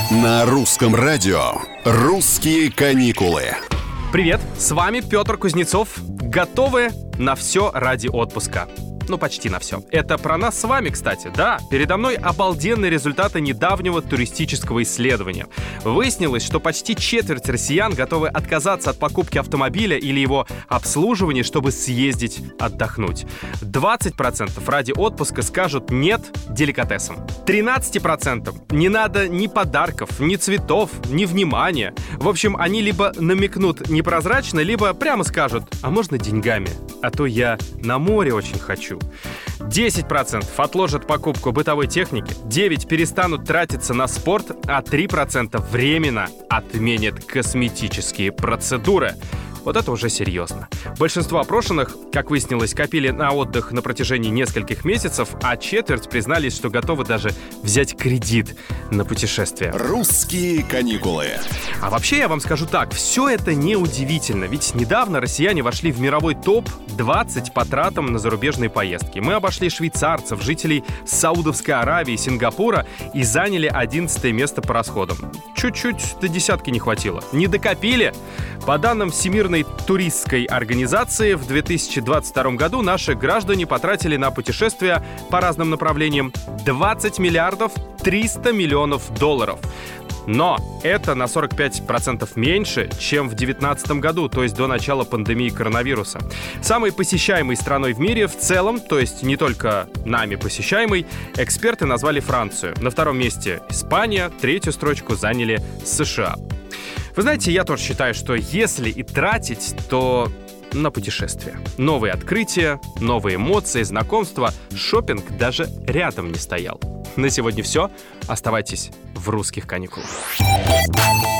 На русском радио «Русские каникулы». Привет, с вами Петр Кузнецов. Готовы на все ради отпуска? Ну, почти на все. Это про нас с вами, кстати. Да, передо мной обалденные результаты недавнего туристического исследования. Выяснилось, что почти четверть россиян готовы отказаться от покупки автомобиля или его обслуживания, чтобы съездить отдохнуть. 20% ради отпуска скажут «нет» деликатесам. 13% не надо ни подарков, ни цветов, ни внимания. В общем, они либо намекнут непрозрачно, либо прямо скажут «а можно деньгами? А то я на море очень хочу». 10% отложат покупку бытовой техники, 9% перестанут тратиться на спорт, а 3% временно отменят косметические процедуры. Вот это уже серьезно. Большинство опрошенных, как выяснилось, копили на отдых на протяжении нескольких месяцев, а четверть признались, что готовы даже взять кредит на путешествие. «Русские каникулы». А вообще я вам скажу так, все это неудивительно, ведь недавно россияне вошли в мировой топ-20 по тратам на зарубежные поездки. Мы обошли швейцарцев, жителей Саудовской Аравии, Сингапура и заняли 11 место по расходам. Чуть-чуть до десятки не хватило. Не докопили? По данным Всемирной туристской организации, в 2022 году наши граждане потратили на путешествия по разным направлениям 20 миллиардов 300 миллионов долларов. Но это на 45% меньше, чем в 2019 году, то есть до начала пандемии коронавируса. Самой посещаемой страной в мире в целом, то есть не только нами посещаемой, эксперты назвали Францию. На втором месте Испания, третью строчку заняли США. Вы знаете, я тоже считаю, что если и тратить, то на путешествия. Новые открытия, новые эмоции, знакомства, шопинг даже рядом не стоял. На сегодня все. Оставайтесь в русских каникулах.